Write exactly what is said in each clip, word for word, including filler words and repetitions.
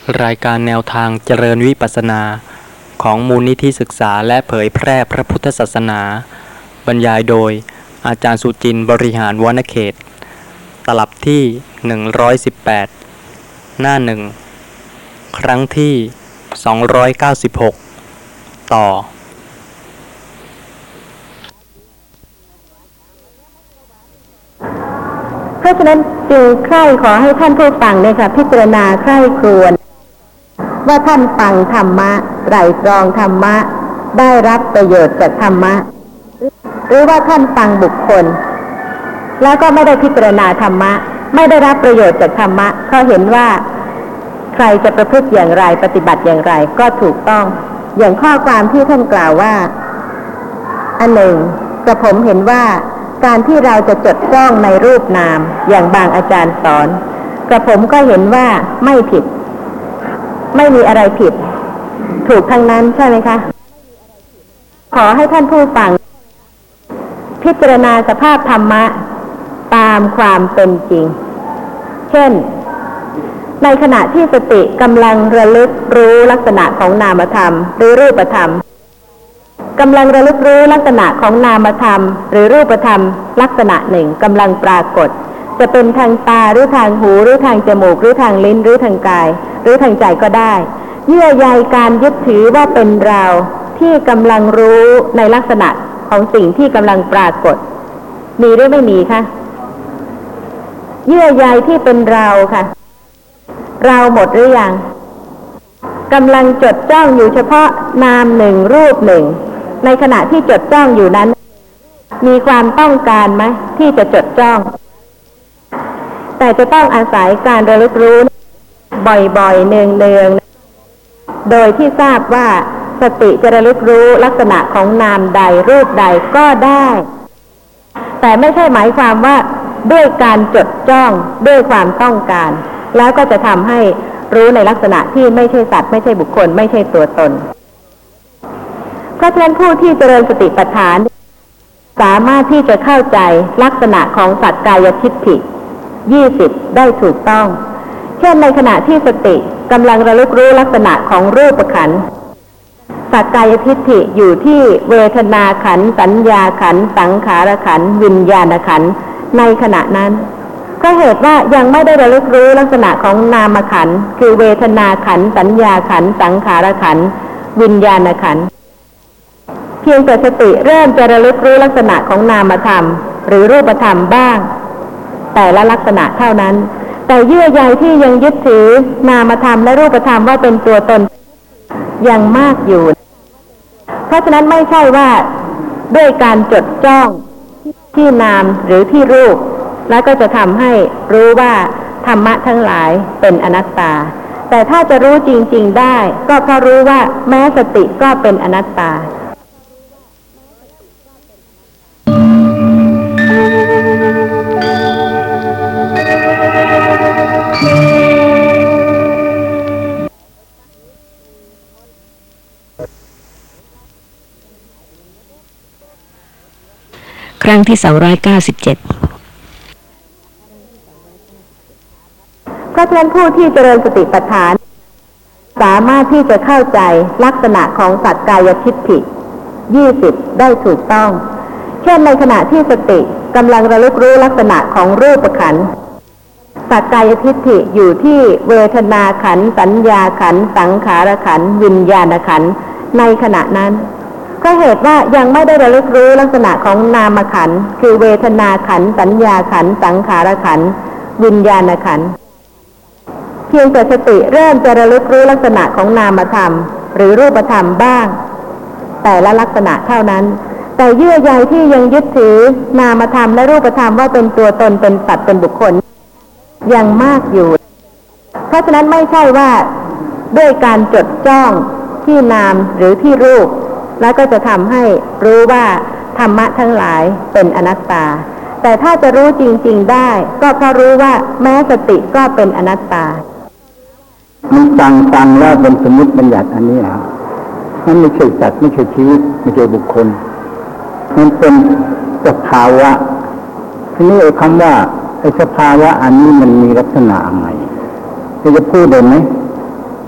รายการแนวทางเจริญวิปัสสนาของมูลนิธิศึกษาและเผยแพร่พระพุทธศาสนาบรรยายโดยอาจารย์สุจินต์บริหารวรรณเขตตลับที่หนึ่งร้อยสิบแปดหน้าหนึ่งครั้งที่สองร้อยเก้าสิบหกต่อเพราะฉะนั้นจึงใคร่ขอให้ท่านผู้ฟังเนี่ยค่ะพิจารณาใคร่ครวญว่าท่านฟังธรรมะไตร่ตรองธรรมะได้รับประโยชน์จากธรรมะหรือว่าท่านฟังบุคคลแล้วก็ไม่ได้พิจารณาธรรมะไม่ได้รับประโยชน์จากธรรมะเขาเห็นว่าใครจะประพฤติอย่างไรปฏิบัติอย่างไรก็ถูกต้องอย่างข้อความที่ท่านกล่าวว่าอันหนึ่งกระผมเห็นว่าการที่เราจะจดจ้องในรูปนามอย่างบางอาจารย์สอนกระผมก็เห็นว่าไม่ผิดไม่มีอะไรผิดถูกทั้งนั้นใช่ไหมคะขอให้ท่านผู้ฟังพิจารณาสภาพธรรมะตามความเป็นจริงเช่นในขณะที่สติกำลังระลึกรู้ลักษณะของนามธรรมหรือรูปธรรมกำลังระลึกรู้ลักษณะของนามธรรมหรือรูปธรรมลักษณะหนึ่งกำลังปรากฏจะเป็นทางตาหรือทางหูหรือทางจมูกหรือทางลิ้นหรือทางกายหรือทางใจก็ได้เยื่อใยการยึดถือว่าเป็นเราที่กำลังรู้ในลักษณะของสิ่งที่กำลังปรากฏมีหรือไม่มีคะเยื่อใยที่เป็นเราค่ะเราหมดหรือยังกำลังจดจ้องอยู่เฉพาะนามหนึ่งรูปหนึ่งในขณะที่จดจ้องอยู่นั้นมีความต้องการไหมที่จะจดจ้องแต่จะต้องอาศัยการระลึกรู้บ่อยๆเนืองๆโดยที่ทราบว่าสติจะระลึกรู้ลักษณะของนามใดรูปใดก็ได้แต่ไม่ใช่หมายความว่าด้วยการจดจ้องด้วยความต้องการแล้วก็จะทำให้รู้ในลักษณะที่ไม่ใช่สัตว์ไม่ใช่บุคคลไม่ใช่ตัวตนเพราะฉะนั้นผู้ที่เจริญสติปัฏฐานสามารถที่จะเข้าใจลักษณะของสักกายทิฏฐิยี่สิบได้ถูกต้องเช่นในขณะที่สติกำลังระลึกรู้ลักษณะของรูปขันธ์สักกายทิฏฐิอยู่ที่เวทนาขันธ์สัญญาขันธ์สังขารขันธ์วิญญาณขันธ์ในขณะนั้นก็เหตุว่ายังไม่ได้ระลึกรู้ลักษณะของนามขันธ์คือเวทนาขันธ์สัญญาขันธ์สังขารขันธ์วิญญาณขันธ์เพียงแต่สติเริ่มจะระลึกรู้ลักษณะของนามธรรมหรือรูปธรรมบ้างแต่ละลักษณะเท่านั้นแต่เยื่อใยที่ยังยึดถือนามธรรมและรูปธรรมว่าเป็นตัวตนยังมากอยู่เพราะฉะนั้นไม่ใช่ว่าด้วยการจดจ้องที่นามหรือที่รูปแล้วก็จะทำให้รู้ว่าธรรมะทั้งหลายเป็นอนัตตาแต่ถ้าจะรู้จริงๆได้ก็เพราะรู้ว่าแม้สติก็เป็นอนัตตาครั้งที่สองร้อยเก้าสิบเจ็ดเพราะฉะนั้นผู้ที่เจริญสติปัฏฐานสามารถที่จะเข้าใจลักษณะของสักกายทิฏฐิยี่สิบได้ถูกต้องเช่นในขณะที่สติกำลังระลึกรู้ลักษณะของรูปขันธ์สักกายทิฏฐิอยู่ที่เวทนาขันธ์สัญญาขันธ์สังขารขันธ์วิญญาณขันธ์ในขณะนั้นก็เหตุว่ายังไม่ได้ระลึกรู้ลักษณะของนามขันธ์คือเวทนาขันธ์สัญญาขันธ์สังขารขันธ์วิญญาณขันธ์เพียงแต่สติเริ่มจะระลึกรู้ลักษณะของนามธรรมหรือรูปธรรมบ้างแต่ละลักษณะเท่านั้นแต่เยื่อใยที่ยังยึดถือนามธรรมและรูปธรรมว่าเป็นตัวตนเป็นสัตว์เป็นบุคคลยังมากอยู่เพราะฉะนั้นไม่ใช่ว่าด้วยการจดจ้องที่นามหรือที่รูปแล้วก็จะทำให้รู้ว่าธรรมะทั้งหลายเป็นอนัตตาแต่ถ้าจะรู้จริงๆได้ก็เพราะรู้ว่าแม้สติก็เป็นอนัตตามันฟังฟังแล้วเป็นสมมติบัญญัติอันนี้เหรอมันไม่ใช่สัตว์ไม่ใช่ชีวิตไม่ใช่บุคคลมันเป็นสภาวะทีนี้ไอ้คำว่าไอ้สภาวะอันนี้มันมีลักษณะอะไรจะพูดได้ไหม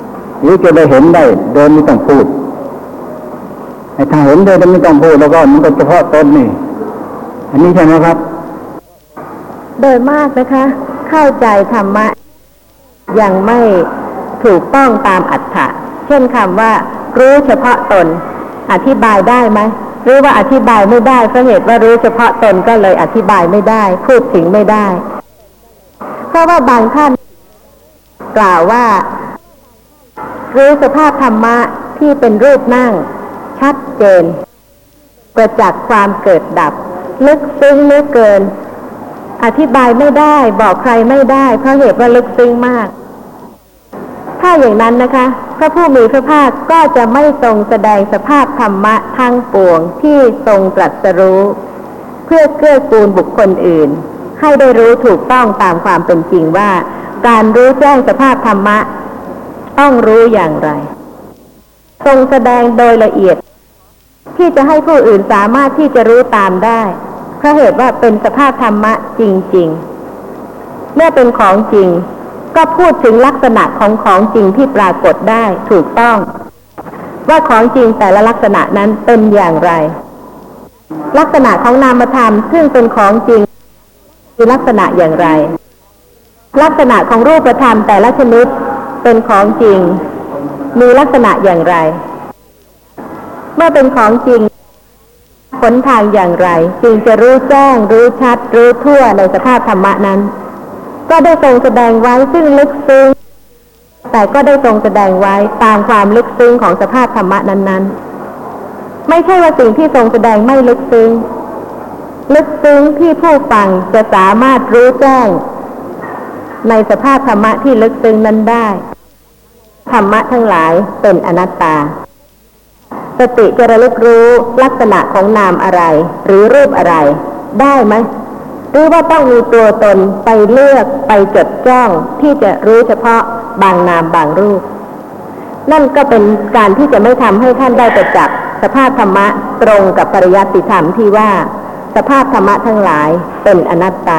หรือจะได้เห็นได้โดยไม่ต้องพูดไอ้ถ้าเห็นโดยไม่ต้องพูดแล้วก็มันก็เฉพาะตนนี่อันนี้ใช่ไหมครับโดยมากนะคะ เข้าใจธรรมะยังไม่ถูกต้องตามอรรถะเช่นคำว่ารู้เฉพาะตนอธิบายได้ไหมหรือว่าอธิบายไม่ได้เพราะเหตุว่ารู้เฉพาะตนก็เลยอธิบายไม่ได้พูดถึงไม่ได้เพราะว่าบางท่านกล่าวว่ารู้สภาพธรรมะที่เป็นรูปนั่งชัดเจนประจักษ์ความเกิดดับลึกซึ้งเหลือเกินอธิบายไม่ได้บอกใครไม่ได้เพราะเหตุว่าลึกซึ้งมากถ้าอย่างนั้นนะคะพระผู้มีพระภาคก็จะไม่ทรงแสดงสภาพธรรมะทั้งปวงที่ทรงตรัสรู้เพื่อเกื้อกูลบุคคลอื่นให้ได้รู้ถูกต้องตามความเป็นจริงว่าการรู้แจ้งสภาพธรรมะต้องรู้อย่างไรทรงแสดงโดยละเอียดที่จะให้ผู้อื่นสามารถที่จะรู้ตามได้เพราะเหตุว่าเป็นสภาพธรรมะจริงๆเมื่อเป็นของจริงก็พูดถึงลักษณะของของจริงที่ปรากฏได้ถูกต้องว่าของจริงแต่ละลักษณะนั้นเป็นอย่างไรลักษณะของนามธรรมซึ่งเป็นของจริงมีลักษณะอย่างไรลักษณะของรูปธรรมแต่ละชนิดเป็นของจริงมีลักษณะอย่างไรเมื่อเป็นของจริงผลทางอย่างไรจึงจะรู้แจ้งรู้ชัดรู้ทั่วในสภาพธรรมะนั้นก็ได้ทรงแสดงไว้ซึ่งลึกซึ้งแต่ก็ได้ทรงแสดงไว้ตามความลึกซึ้งของสภาพธรรมะนั้นๆไม่ใช่ว่าสิ่งที่ทรงแสดงไม่ลึกซึ้งลึกซึ้งที่ผู้ฟังจะสามารถรู้แจ้งในสภาพธรรมะที่ลึกซึ้งนั้นได้ธรรมะทั้งหลายเป็นอนัตตาสติจะระลึกรู้ลักษณะของนามอะไรหรือรูปอะไรได้ไหมหรือว่าต้องมีตัวตนไปเลือกไปจดจ้องที่จะรู้เฉพาะบางนามบางรูปนั่นก็เป็นการที่จะไม่ทำให้ท่านได้ประจักษ์สภาพธรรมะตรงกับปริยัติธรรมที่ว่าสภาพธรรมะทั้งหลายเป็นอนัตตา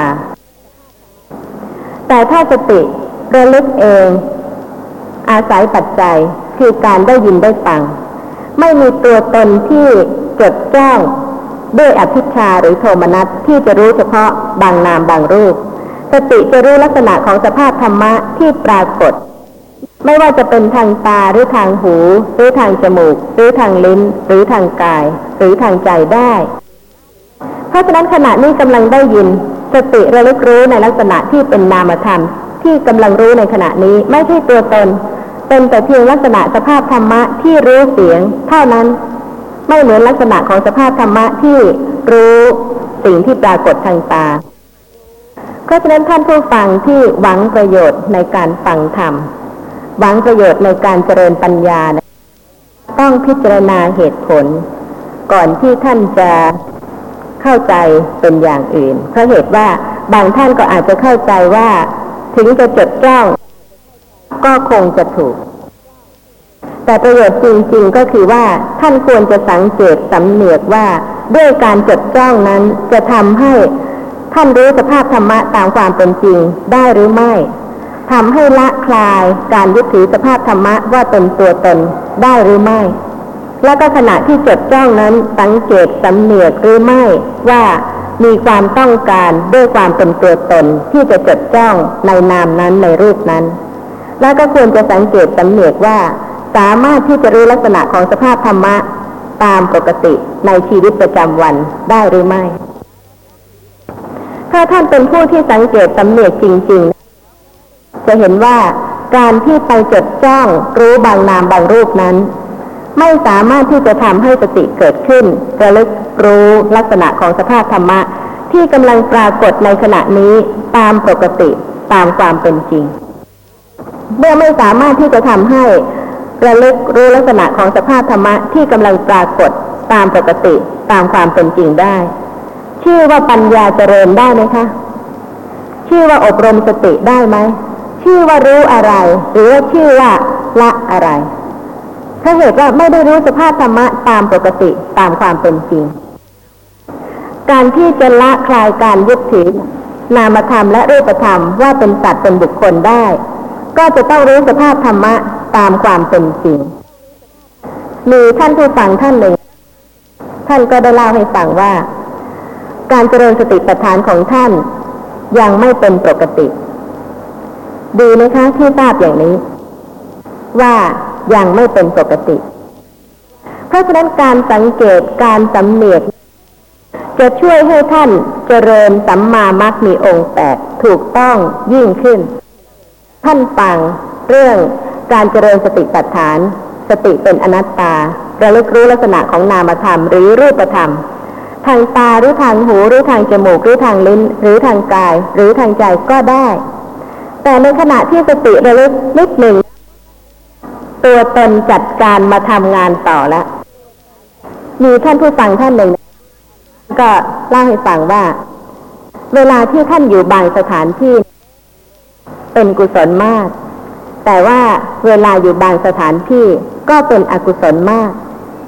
แต่ถ้าสติระลึกเองอาศัยปัจจัยคือการได้ยินได้ฟังไม่มีตัวตนที่จดจ้องด้วยอภิชฌาหรือโทมนัสที่จะรู้เฉพาะบางนามบางรูปสติจะรู้ลักษณะของสภาพธรรมะที่ปรากฏไม่ว่าจะเป็นทางตาหรือทางหูหรือทางจมูกหรือทางลิ้นหรือทางกายหรือทางใจได้เพราะฉะนั้นขณะนี้กำลังได้ยินสติระลึกรู้ในลักษณะที่เป็นนามธรรมที่กำลังรู้ในขณะนี้ไม่ใช่ตัวตนเป็นแต่เพียงลักษณะสภาพธรรมะที่รู้เสียงเท่านั้นไม่เหมือนลักษณะของสภาพธรรมะที่รู้สิ่งที่ปรากฏทางตาเพราะฉะนั้นท่านผู้ฟังที่หวังประโยชน์ในการฟังธรรมหวังประโยชน์ในการเจริญปัญญาต้องพิจารณาเหตุผลก่อนที่ท่านจะเข้าใจเป็นอย่างอื่นเพราะเหตุว่าบางท่านก็อาจจะเข้าใจว่าถึงจะจดจ้องก็คงจะถูกแต่ประโยชน์จริงๆก็คือว่าท่านควรจะสังเกตสำเนียกว่าด้วยการจดจ้องนั้นจะทำให้ท่านรู้สภาพธรรมะตามความเป็นจริงได้หรือไม่ทำให้ละคลายการยึดถือสภาพธรรมะว่าเป็นตัวตนได้หรือไม่แล้วก็ขณะที่จดจ้องนั้นสังเกตสำเนียกหรือไม่ว่ามีความต้องการด้วยความเป็นตัวตนที่จะจดจ้องในนามนั้นในรูปนั้นแล้วก็ควรจะสังเกตสำเนียกว่าสามารถที่จะรู้ลักษณะของสภาพธรรมะตามปกติในชีวิตประจำวันได้หรือไม่ถ้าท่านเป็นผู้ที่สังเกตสำเนียกจริงๆจะเห็นว่าการที่ไปจดจ้องรู้บางนามบางรูปนั้นไม่สามารถที่จะทำให้สติเกิดขึ้นระลึกรู้ลักษณะของสภาพธรรมะที่กำลังปรากฏในขณะนี้ตามปกติตามความเป็นจริงเมื่อไม่สามารถที่จะทำให้ระลึกรู้ลักษณะของสภาพธรรมะที่กำลังปรากฏตามปกติตามความเป็นจริงได้ชื่อว่าปัญญาเจริญได้ไหมคะชื่อว่าอบรมสติได้ไหมชื่อว่ารู้อะไรหรือว่าชื่อว่าละอะไรถ้าเหตุว่าไม่ได้รู้สภาพธรรมะตามปกติตามความเป็นจริงการที่จะละคลายการยึดถือนามธรรมและรูปธรรมว่าเป็นสัตว์เป็นบุคคลได้ก็จะต้องรู้สภาพธรรมะตามความเป็นจริงมีท่านผู้ฟังท่านหนึ่งท่านก็ได้เล่าให้ฟังว่าการเจริญสติปัฏฐานของท่านยังไม่เป็นปกติดีไหมคะที่ทราบอย่างนี้ว่ายังไม่เป็นปกติเพราะฉะนั้นการสังเกตการสำเนียกจะช่วยให้ท่านเจริญสัมมามัคมีองค์แปดถูกต้องยิ่งขึ้นท่านฟังเรื่องการเจริญสติปัฏฐานสติเป็นอนัตตาระลึกรู้ลักษณะของนามธรรมหรือรูปธรรมทางตาหรือทางหูหรือทางจมูกหรือทางลิ้นหรือทางกายหรือทางใจก็ได้แต่ในขณะที่สติระลึกนิดหนึ่งตัวตนจัดการมาทำงานต่อแล้วมีท่านผู้ฟังท่านหนึ่งก็เล่าให้ฟังว่าเวลาที่ท่านอยู่บางสถานที่เป็นกุศลมากแต่ว่าเวลาอยู่บางสถานที่ก็เป็นอกุศลมาก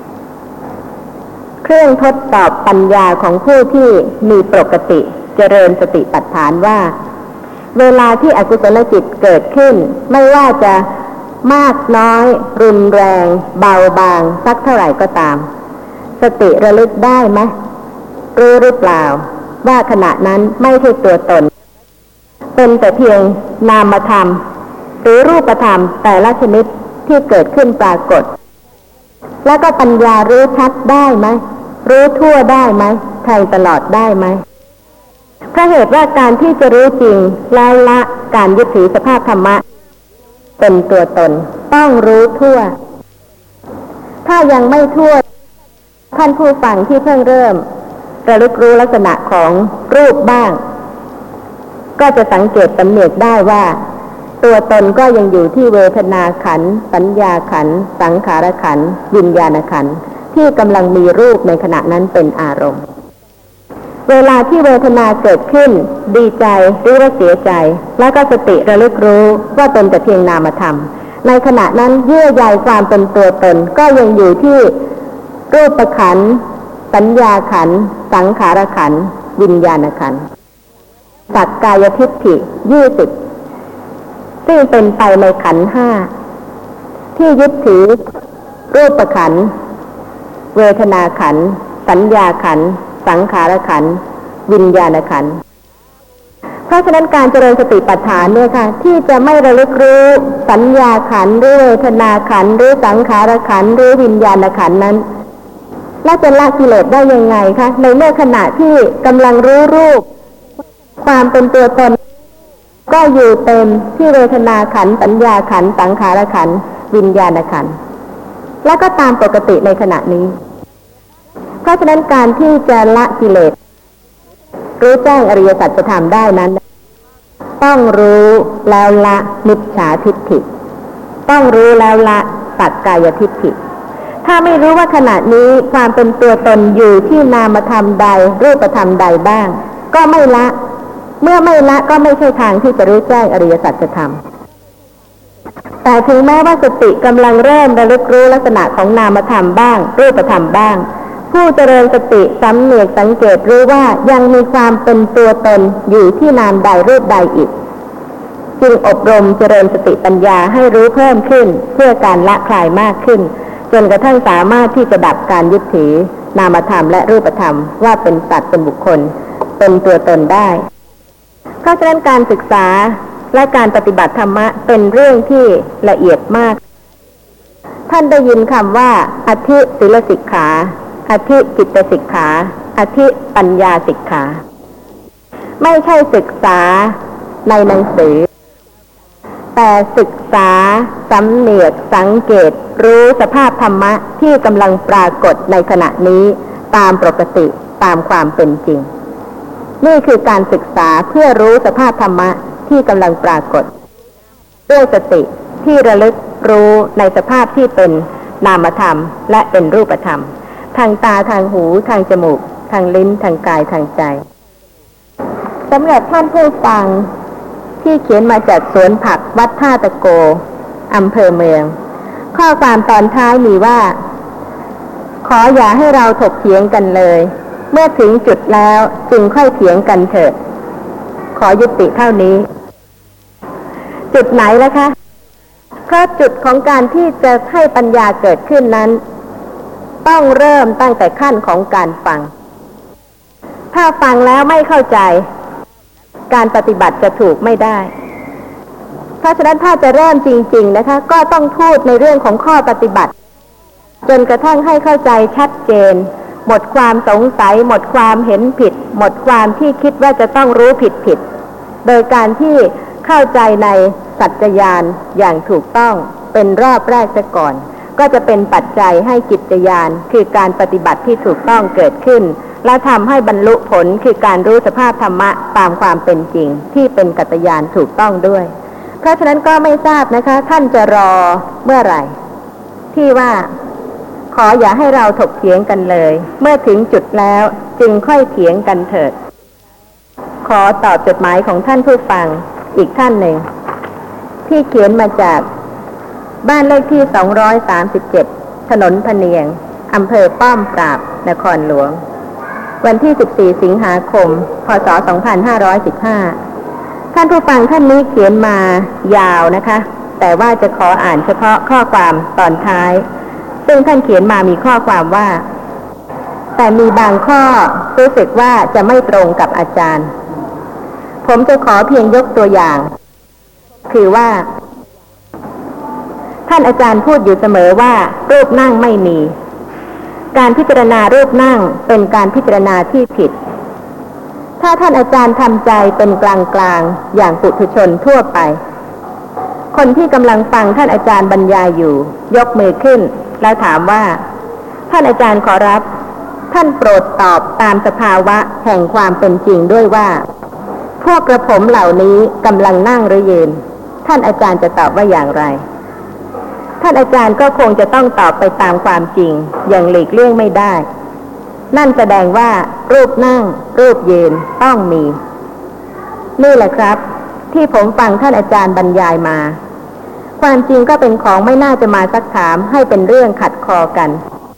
เครื่องทดสอบปัญญาของผู้ที่มีปกติเจริญสติปัฏฐานว่าเวลาที่อกุศลจิตเกิดขึ้นไม่ว่าจะมากน้อยรุนแรงเบาบางสักเท่าไหร่ก็ตามสติระลึกได้ไหมรู้หรือเปล่าว่าขณะนั้นไม่ใช่ตัวตนเป็นแต่เพียงนามธรรมหรือรูปธรรมแต่ละชนิดที่เกิดขึ้นปรากฏแล้วก็ปัญญารู้ชัดได้ไหมรู้ทั่วได้ไหมแทงตลอดได้ไหมเพราะเหตุว่าการที่จะรู้จริงแล้วละการยึดถือสภาพธรรมะเป็นตัวตนต้องรู้ทั่วถ้ายังไม่ทั่วท่านผู้ฟังที่เพิ่งเริ่มระลึกรู้ลักษณะของรูปบ้างก็จะสังเกตสำเนียกได้ว่าตัวตนก็ยังอยู่ที่เวทนาขันธ์สัญญาขันธ์สังขารขันธ์วิญญาณขันธ์ที่กำลังมีรูปในขณะนั้นเป็นอารมณ์เวลาที่เวทนาเกิดขึ้นดีใจหรือว่าเสียใจแล้วก็สติระลึกรู้ว่าเป็นแต่เพียงนามธรรมในขณะนั้นเยื่อใยความเป็นตัวตนก็ยังอยู่ที่รูปขันธ์สัญญาขันธ์สังขารขันธ์วิญญาณขันธ์สักกายทิฏฐิยี่สิบซึ่งเป็นไปในขันธ์ห้าที่ยึดถือรูปขันธ์เวทนาขันธ์สัญญาขันธ์สังขารขันธ์วิญญาณขันธ์เพราะฉะนั้นการเจริญสติปัฏฐานเนี่ยค่ะที่จะไม่ระลึกรู้สัญญาขันธ์หรือเวทนาขันธ์หรือสังขารขันธ์หรือวิญญาณขันธ์นั้นแล้วจะละกิเลสได้ยังไงคะในเมื่อขณะที่กำลังรู้รูปความเป็นตัวตนก็อยู่เต็มที่เวทนาขันธ์สัญญาขันธ์สังขารขันธ์วิญญาณขันธ์แล้วก็ตามปกติในขณะนี้เพราะฉะนั้นการที่จะละกิเลสรู้แจ้งอริยสัจธรรมได้นั้นต้องรู้แล้วละมิจฉาทิฏฐิต้องรู้แล้วละสักกายทิฏฐิถ้าไม่รู้ว่าขณะนี้ความเป็นตัวตนอยู่ที่นามธรรมใดรูปธรรมใดบ้างก็ไม่ละเมื่อไม่ละก็ไม่ใช่ทางที่จะรู้แจ้งอริยสัจธรรมแต่ถึงแม้ว่าสติกำลังเริ่มระลึกรู้ลักษณะของนามธรรมบ้างรูปธรรมบ้างผู้เจริญสติสำเนียกสังเกตรู้ว่ายังมีความเป็นตัวตนอยู่ที่นามใดรูปใดอีกจึงอบรมเจริญสติปัญญาให้รู้เพิ่มขึ้นเพื่อการละคลายมากขึ้นจนกระทั่งสามารถที่จะดับการยึดถือนามธรรมและรูปธรรมว่าเป็นสัตว์เป็นบุคคลเป็นตัวตนได้เพราะฉะนั้นการศึกษาและการปฏิบัติธรรมะเป็นเรื่องที่ละเอียดมากท่านได้ยินคำว่าอธิศีลสิกขาอธิจิตสิกขาอธิปัญญาสิกขาไม่ใช่ศึกษาในหนังสือแต่ศึกษาสำเนียกสังเกตรู้สภาพธรรมะที่กำลังปรากฏในขณะนี้ตามปกติตามความเป็นจริงนี่คือการศึกษาเพื่อรู้สภาพธรรมะที่กำลังปรากฏด้วยสติที่ระลึกรู้ในสภาพที่เป็นนามธรรมและเป็นรูปธรรมทางตาทางหูทางจมูกทางลิ้นทางกายทางใจสำหรับท่านผู้ฟังที่เขียนมาจากสวนผักวัดท่าตะโกอำเภอเมืองข้อความตอนท้ายมีว่าขออย่าให้เราถกเถียงกันเลยเมื่อถึงจุดแล้วจึงค่อยเถียงกันเถิดขอยุติเท่านี้จุดไหนล่ะคะเพราะจุดของการที่จะให้ปัญญาเกิดขึ้นนั้นต้องเริ่มตั้งแต่ขั้นของการฟังถ้าฟังแล้วไม่เข้าใจการปฏิบัติจะถูกไม่ได้เพราะฉะนั้นถ้าจะเริ่มจริงๆนะคะก็ต้องพูดในเรื่องของข้อปฏิบัติจนกระทั่งให้เข้าใจชัดเจนหมดความสงสัยหมดความเห็นผิดหมดความที่คิดว่าจะต้องรู้ผิดผิดโดยการที่เข้าใจในสัจญาณอย่างถูกต้องเป็นรอบแรกซะก่อนก็จะเป็นปัจจัยให้กิจญาณคือการปฏิบัติที่ถูกต้องเกิดขึ้นและทำให้บรรลุผลคือการรู้สภาพธรรมะตามความเป็นจริงที่เป็นกัตญาณถูกต้องด้วยเพราะฉะนั้นก็ไม่ทราบนะคะท่านจะรอเมื่อไหร่ที่ว่าขออย่าให้เราถกเถียงกันเลยเมื่อถึงจุดแล้วจึงค่อยเถียงกันเถิดขอตอบจดหมายของท่านผู้ฟังอีกท่านหนึ่งที่เขียนมาจากบ้านเลขที่สองร้อยสามสิบเจ็ดถนนพะเนียงอำเภอป้อมปราบนครหลวงวันที่สิบสี่สิงหาคมพ.ศ. สองพันห้าร้อยสิบห้าท่านผู้ฟังท่านนี้เขียนมายาวนะคะแต่ว่าจะขออ่านเฉพาะข้อความตอนท้ายซึ่งท่านเขียนมามีข้อความว่าแต่มีบางข้อรู้สึกว่าจะไม่ตรงกับอาจารย์ผมจะขอเพียงยกตัวอย่างคือว่าท่านอาจารย์พูดอยู่เสมอว่ารูปนั่งไม่มีการพิจารณารูปนั่งเป็นการพิจารณาที่ผิดถ้าท่านอาจารย์ทำใจเป็นกลางกลางอย่างปุถุชนทั่วไปคนที่กำลังฟังท่านอาจารย์บรรยายอยู่ยกมือขึ้นแล้วถามว่าท่านอาจารย์ขอรับท่านโปรดตอบตามสภาวะแห่งความเป็นจริงด้วยว่าพวกกระผมเหล่านี้กำลังนั่งหรือยืนท่านอาจารย์จะตอบว่าอย่างไรท่านอาจารย์ก็คงจะต้องตอบไปตามความจริงอย่างหลีกเลี่ยงไม่ได้นั่นแสดงว่ารูปนั่งรูปยืนต้องมีนี่แหละครับที่ผมฟังท่านอาจารย์บรรยายมาความจริงก็เป็นของไม่น่าจะมาซักถามให้เป็นเรื่องขัดคอกัน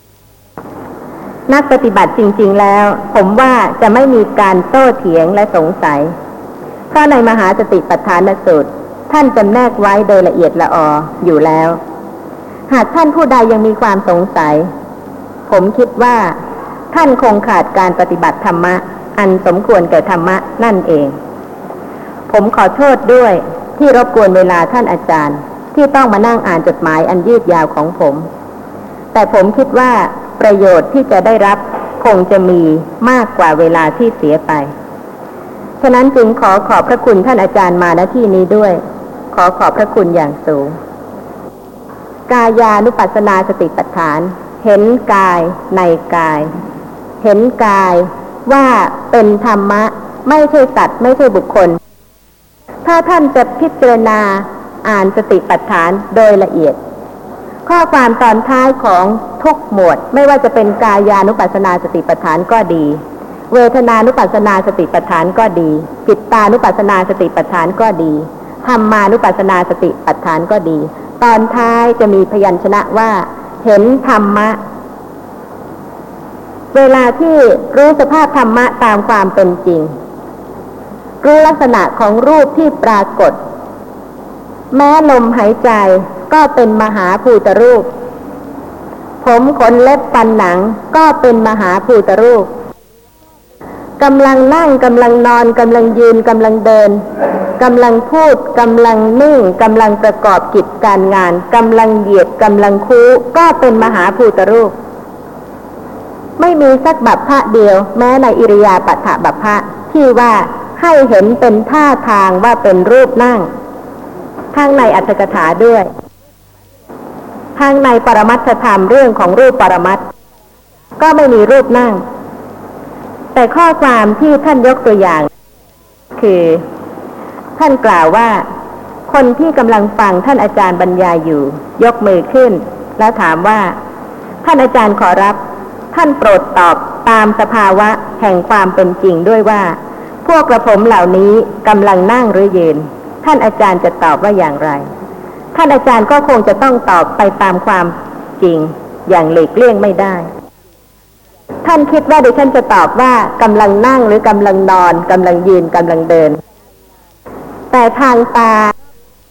นักปฏิบัติจริงๆแล้วผมว่าจะไม่มีการโต้เถียงและสงสัยเพราะในมหาสติปัฏฐานสูตรท่านจำแนกไว้โดยละเอียดละอออยู่แล้วหากท่านผู้ใดยังมีความสงสัยผมคิดว่าท่านคงขาดการปฏิบัติธรรมะอันสมควรแก่ธรรมะนั่นเองผมขอโทษด้วยที่รบกวนเวลาท่านอาจารย์ที่ต้องมานั่งอ่านจดหมายอันยืดยาวของผมแต่ผมคิดว่าประโยชน์ที่จะได้รับคงจะมีมากกว่าเวลาที่เสียไปฉะนั้นจึงขอขอบพระคุณท่านอาจารย์มาณที่นี้ด้วยขอขอบพระคุณอย่างสูงกายานุปัสสนาสติปัฏฐานเห็นกายในกายเห็นกายว่าเป็นธรรมะไม่ใช่สัตว์ไม่ใช่บุคคลถ้าท่านจะพิจารณาอ่านสติปัฏฐานโดยละเอียดข้อความตอนท้ายของทุกหมวดไม่ว่าจะเป็นกายานุปัสสนาสติปัฏฐานก็ดีเวทนานุปัสสนาสติปัฏฐานก็ดีจิตตานุปัสสนาสติปัฏฐานก็ดีธรรมานุปัสสนาสติปัฏฐานก็ดีตอนท้ายจะมีพยัญชนะว่าเห็นธรรมะเวลาที่รู้สภาพธรรมะตามความเป็นจริงรู้ลักษณะของรูปที่ปรากฏแม้ลมหายใจก็เป็นมหาภูตรูปผมขนเล็บฟันหนังก็เป็นมหาภูตรูปกำลังนั่งกำลังนอนกำลังยืนกำลังเดินกำลังพูดกำลังนิ่งกำลังประกอบกิจการงานกำลังเหยียดกำลังคู้ก็เป็นมหาภูตรูปไม่มีสักบัพพะเดียวแม้ในอิริยาปถบัพพะที่ว่าให้เห็นเป็นท่าทางว่าเป็นรูปนั่งทั้งในอรรถกถาด้วยทั้งในปรมัตถธรรมเรื่องของรูปปรมัตถ์ก็ไม่มีรูปนั่งแต่ข้อความที่ท่านยกตัวอย่างคือท่านกล่าวว่าคนที่กำลังฟังท่านอาจารย์บรรยายอยู่ยกมือขึ้นแล้วถามว่าท่านอาจารย์ขอรับท่านโปรดตอบตามสภาวะแห่งความเป็นจริงด้วยว่าพวกกระผมเหล่านี้กำลังนั่งหรือยืนท่านอาจารย์จะตอบว่าอย่างไรท่านอาจารย์ก็คงจะต้องตอบไปตามความจริงอย่างหลีกเลี่ยงไม่ได้ท่านคิดว่าดิฉันจะตอบว่ากำลังนั่งหรือกำลังนอนกำลังยืนกำลังเดินแต่ทางตาท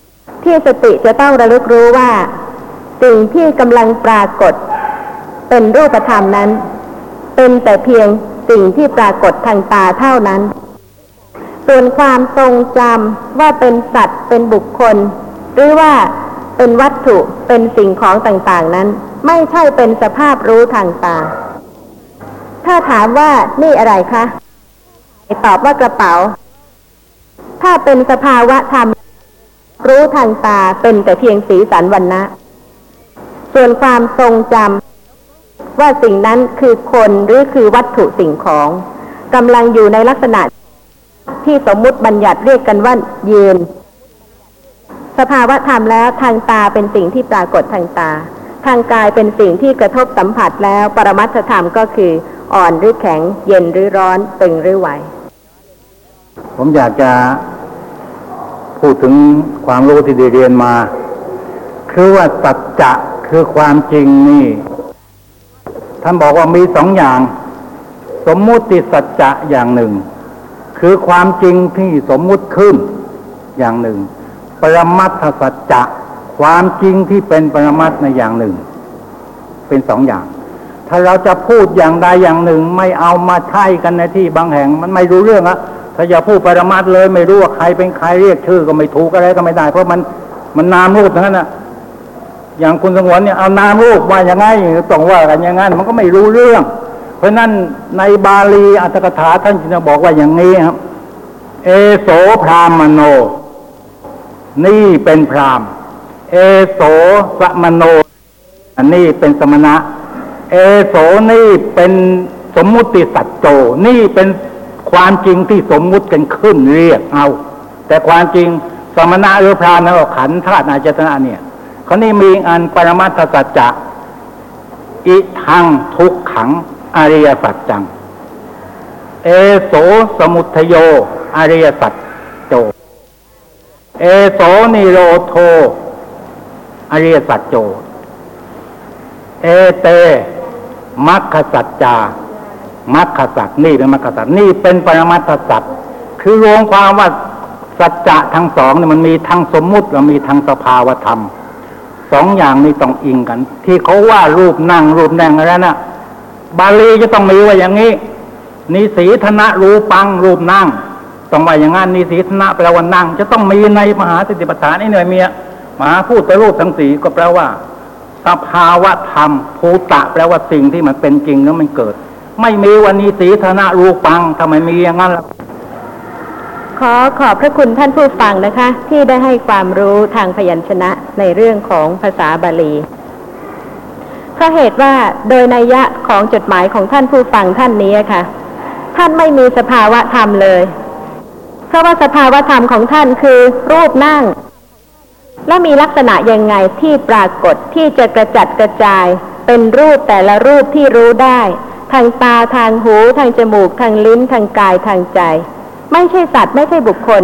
ที่สติจะต้องระลึกรู้ว่าสิ่งที่กำลังปรากฏเป็นรูปธรรมนั้นเป็นแต่เพียงสิ่งที่ปรากฏทางตาเท่านั้นส่วนความทรงจำว่าเป็นสัตว์เป็นบุคคลหรือว่าเป็นวัตถุเป็นสิ่งของต่างๆนั้นไม่ใช่เป็นสภาพรู้ทางตาถ้าถามว่านี่อะไรคะตอบว่ากระเป๋าถ้าเป็นสภาวะธรรมรู้ทางตาเป็นแต่เพียงสีสันวรรณะส่วนความทรงจำว่าสิ่งนั้นคือคนหรือคือวัตถุสิ่งของกำลังอยู่ในลักษณะที่สมมุติบัญญัติเรียกกันว่ายืนสภาวะธรรมแล้วทางตาเป็นสิ่งที่ปรากฏทางตาทางกายเป็นสิ่งที่กระทบสัมผัสแล้วปรมัตถธรรมก็คืออ่อนหรือแข็งเย็นหรือร้อนตึงหรือไหวผมอยากจะพูดถึงความรู้ที่ได้เรียนมาคือว่าสัจจะคือความจริงนี่ท่านบอกว่ามีสองอย่างสมมุติสัจจะอย่างหนึ่งคือความจริงที่สมมุติขึ้นอย่างหนึ่งปรมัตถสัจจะความจริงที่เป็นปรมัตถ์ในอย่างหนึ่งเป็นสองอย่างถ้าเราจะพูดอย่างใดอย่างหนึ่งไม่เอามาใช้กันในที่บางแห่งมันไม่รู้เรื่องอะถ้าอย่าพูดปรมัตถ์เลยไม่รู้ว่าใครเป็นใครเรียกชื่อก็ไม่ถูกอะไรก็ไม่ได้เพราะมันมันนามรูปทั้งนั้นอะอย่างคุณสงวนเนี่ยเอานามรูปว่าอย่างไงต้องว่ากันอย่างนั้นมันก็ไม่รู้เรื่องเพราะนั้นในบาลีอัตถกถาท่านจะบอกว่าอย่างนี้ครับเอโสพรามโนนี่เป็นพราหมณ์เอโสสมโนอันนี้เป็นสมณะเอโสนี่เป็นสมมุติสัจโจนี่เป็นความจริงที่สมมุติกันขึ้นเรียกเอาแต่ความจริงสมณะหรือพราหมณ์นั้นขันธ์ธาตุอายตนะเนี่ยเขานี่มีอันปรมัตถสัจจะอิทังทุกขังอริยสัจจังเอโสสมุทัยโยอริยสัจโจเอโสนิโรโธอริยสัจโจเอเตมัคคสัจจามัคคสัจนี่เป็นมัคคสัจนี่เป็นปรมัตถสัจคือรวมความว่าสัจจะทั้งสองเนี่ยมันมีทั้งสมมุติและมีทั้งสภาวธรรมสองอย่างนี้ต้องอิงกันที่เขาว่ารูปนั่งรูปนั่งอะไรนะบาลีจะต้องมีว่าอย่างนี้นิสีธนะรูปังรูปนั่งต้องว่าอย่างนั้นนิสีธนะแปลว่านั่งจะต้องมีในมหาสติปัฏฐานนี่หน่อยเมียมหาพูดแต่รูปทั้งสี่ก็แปลว่าสภาวะธรรมภูตะแปลว่าสิ่งที่มันเป็นจริงแล้วมันเกิดไม่มีวันนิสีธนะรูปังทำไมมีอย่างนั้นล่ะขอขอบพระคุณท่านผู้ฟังนะคะที่ได้ให้ความรู้ทางพยัญชนะในเรื่องของภาษาบาลีเพราะเหตุว่าโดยนัยยะของจดหมายของท่านผู้ฟังท่านนี้ค่ะท่านไม่มีสภาวะธรรมเลยเพราะว่าสภาวะธรรมของท่านคือรูปนั่งและมีลักษณะยังไงที่ปรากฏที่จะกระจัดกระจายเป็นรูปแต่ละรูปที่รู้ได้ทางตาทางหูทางจมูกทางลิ้นทางกายทางใจไม่ใช่สัตว์ไม่ใช่บุคคล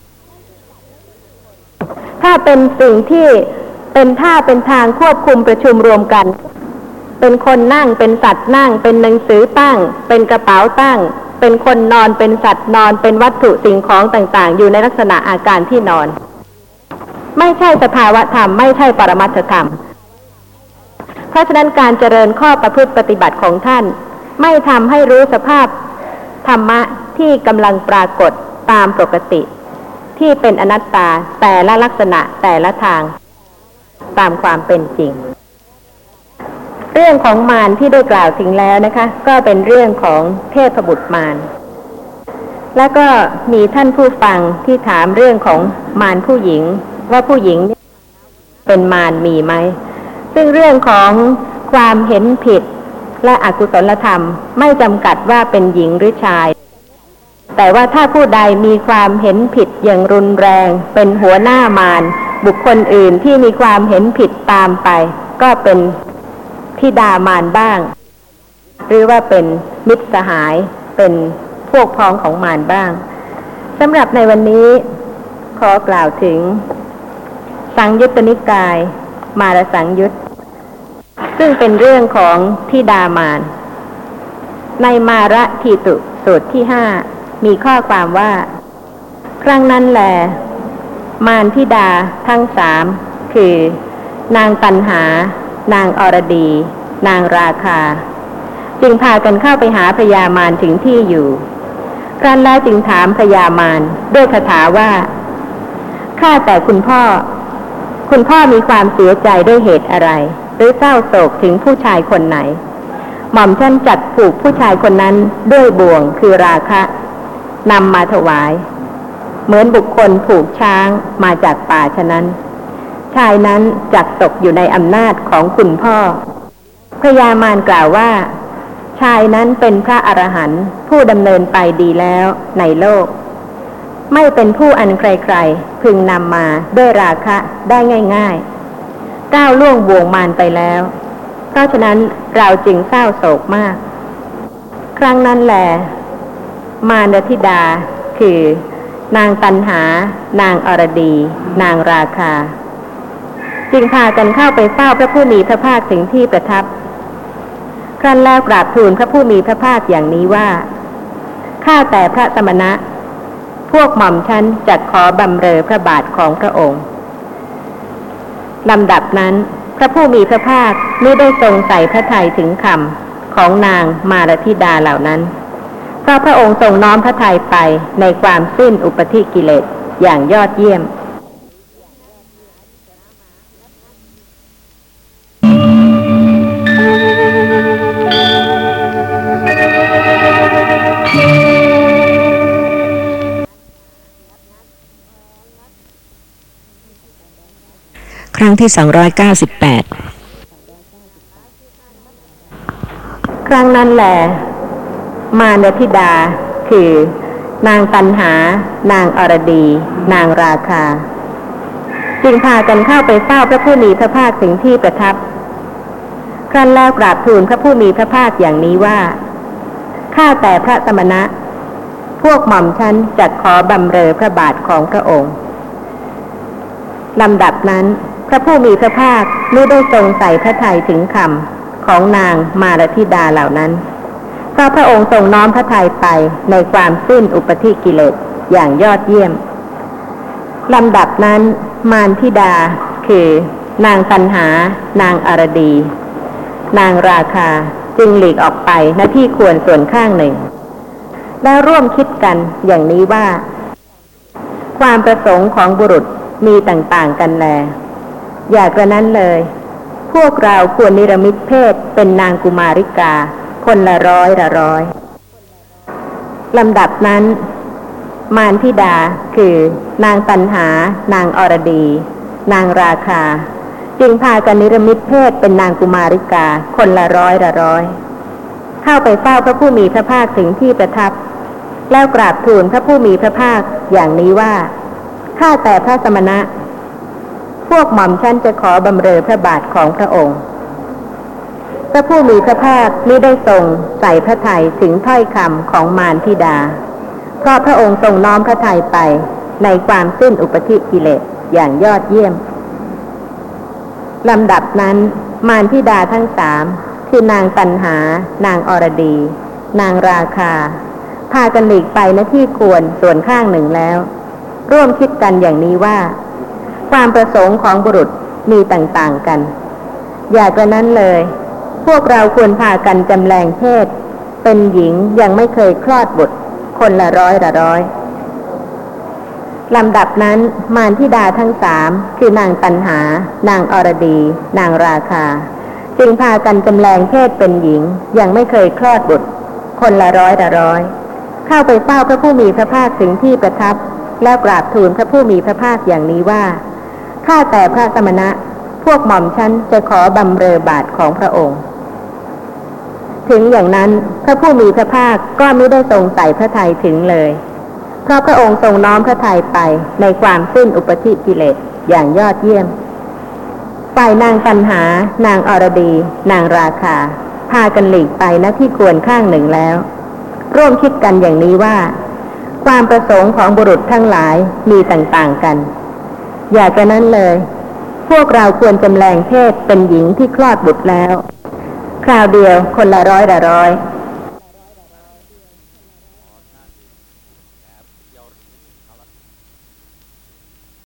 ถ้าเป็นสิ่งที่เป็นท่าเป็นทางควบคุมประชุมรวมกันเป็นคนนั่งเป็นสัตว์นั่งเป็นหนังสือตั้งเป็นกระเป๋าตั้งเป็นคนนอนเป็นสัตว์นอนเป็นวัตถุสิ่งของต่างๆอยู่ในลักษณะอาการที่นอนไม่ใช่สภาวะธรรมไม่ใช่ปรมัตถธรรมเพราะฉะนั้นการเจริญข้อประพฤติปฏิบัติของท่านไม่ทำให้รู้สภาพธรรมะที่กำลังปรากฏตามปกติที่เป็นอนัตตาแต่ละลักษณะแต่ละทางตามความเป็นจริงเรื่องของมารที่ได้กล่าวถึงแล้วนะคะก็เป็นเรื่องของเทพบุตรมารแล้วก็มีท่านผู้ฟังที่ถามเรื่องของมารผู้หญิงว่าผู้หญิงเป็นมารมีไหมซึ่งเรื่องของความเห็นผิดและอกุศลธรรมไม่จำกัดว่าเป็นหญิงหรือชายแต่ว่าถ้าผู้ใดมีความเห็นผิดอย่างรุนแรงเป็นหัวหน้ามารบุคคลอื่นที่มีความเห็นผิดตามไปก็เป็นธิดามารบ้างหรือว่าเป็นมิตรสหายเป็นพวกพ้องของมารบ้างสำหรับในวันนี้ขอกล่าวถึงสังยุตตนิกายมารสังยุตซึ่งเป็นเรื่องของธิดามารในมารทีตุสูตรที่ห้ามีข้อความว่าครั้งนั้นแลมารธิดาทั้งสามคือนางตัณหานางอรดี นางราคาจึงพากันเข้าไปหาพญามารถึงที่อยู่ครั้นแล้วจึงถามพญามารด้วยคาถาว่าข้าแต่คุณพ่อคุณพ่อมีความเสียใจด้วยเหตุอะไรหรือเศร้าโศกถึงผู้ชายคนไหนหม่อมท่านจัดผูกผู้ชายคนนั้นด้วยบ่วงคือราคะนำมาถวายเหมือนบุคคลผูกช้างมาจากป่าฉะนั้นชายนั้นจักตกอยู่ในอำนาจของคุณพ่อพญามารกล่าวว่าชายนั้นเป็นพระอรหันต์ผู้ดำเนินไปดีแล้วในโลกไม่เป็นผู้อันใครๆพึงนำมาด้วยราคะได้ง่ายๆก้าวล่วงบ่วงมารไปแล้วเพราะฉะนั้นเราจึงเศร้าโศกมากครั้งนั้นแลมารธิดาคือนางตัณหานางอรดี นางราคาจึงพากันเข้าไปเฝ้าพระผู้มีพระภาคถึงที่ประทับครั้นแล้วกราบทูลพระผู้มีพระภาคอย่างนี้ว่าข้าแต่พระสมณะพวกหม่อมฉันจักขอบำเรอพระบาทของพระองค์ลำดับนั้นพระผู้มีพระภาคไม่ได้ทรงใส่พระทัยถึงคำของนางมารธิดาเหล่านั้นเพราะพระองค์ทรงน้อมพระทัยไปในความสิ้นอุปธิกิเลสอย่างยอดเยี่ยมครั้งที่สองร้อยเก้าสิบแปดครั้งนั้นแหลมารธิดาคือนางตัณหานางอรดี นางราคาจึงพากันเข้าไปเฝ้าพระผู้มีพระภาคถึงที่ประทับครั้นแล้วกราบทูลพระผู้มีพระภาคอย่างนี้ว่าข้าแต่พระสมณะพวกหม่อมฉันจักขอบำเรอพระบาทของพระองค์ลำดับนั้นพระผู้มีพระภาคไม่ได้ทรงใส่พระทัยถึงคำของนางมารธิดาเหล่านั้นเพราะพระองค์ทรงน้อมพระทัยไปในความสิ้นอุปธิกิเลสอย่างยอดเยี่ยมลำดับนั้นมารธิดาคือนางตัณหานางอรดี นางราคาจึงหลีกออกไปณที่ควรส่วนข้างหนึ่งแล้วร่วมคิดกันอย่างนี้ว่าความประสงค์ของบุรุษมีต่างๆกันแลอย่ากระนั้นเลยพวกเราควรนิรมิตเพศเป็นนางกุมาริกาคนละร้อยละร้อยลำดับนั้นมารธิดาคือนางตัณหานางอรดี นางราคาจึงพากันนิรมิตเพศเป็นนางกุมาริกาคนละร้อยละร้อยเข้าไปเฝ้าพระผู้มีพระภาคถึงที่ประทับแล้วกราบทูลพระผู้มีพระภาคอย่างนี้ว่าข้าแต่พระสมณะพวกหม่อมฉันจะขอบำเรอพระบาทของพระองค์พระผู้มีพระภาคมิได้ทรงใส่พระทัยถึงถ้อยคำของมารธิดาเพราะพระองค์ทรงน้อมพระทัยไปในความสิ้นอุปธิกิเลสอย่างยอดเยี่ยมลำดับนั้นมารธิดาทั้งสามคือนางตัณหานางอรดี นางราคาพากันหลีกไปณที่ควรส่วนข้างหนึ่งแล้วร่วมคิดกันอย่างนี้ว่าความประสงค์ของบุรุษมีต่างๆกันอย่ากระนั้นเลยพวกเราควรพากันจำแรงเพศเป็นหญิงยังไม่เคยคลอดบุตรคนละร้อยละร้อยลำดับนั้นมารธิดาทั้งสามคือนางตัณหานางอรดี นางราคาจึงพากันจำแรงเพศเป็นหญิงยังไม่เคยคลอดบุตรคนละร้อยละร้อยเข้าไปเฝ้าพระผู้มีพระภาคถึงที่ประทับแล้วกราบทูลพระผู้มีพระภาคอย่างนี้ว่าข้าแต่พระสมณะพวกหม่อมฉันจะขอบำเรอบาทของพระองค์ถึงอย่างนั้นพระผู้มีพระภาคก็ไม่ได้ทรงใส่พระทัยถึงเลยเพราะพระองค์ทรงน้อมพระทัยไปในความสิ้นอุปธิกิเลสอย่างยอดเยี่ยมฝ่ายนางตัณหานางอรดี นางราคาพากันหลีกไปณที่ควรข้างหนึ่งแล้วร่วมคิดกันอย่างนี้ว่าความประสงค์ของบุรุษทั้งหลายมีต่างๆกันอย่ากระนั้นเลยพวกเราควรจำแรงเพศเป็นหญิงที่คลอดบุตรแล้วคราวเดียวคนละร้อยละร้อย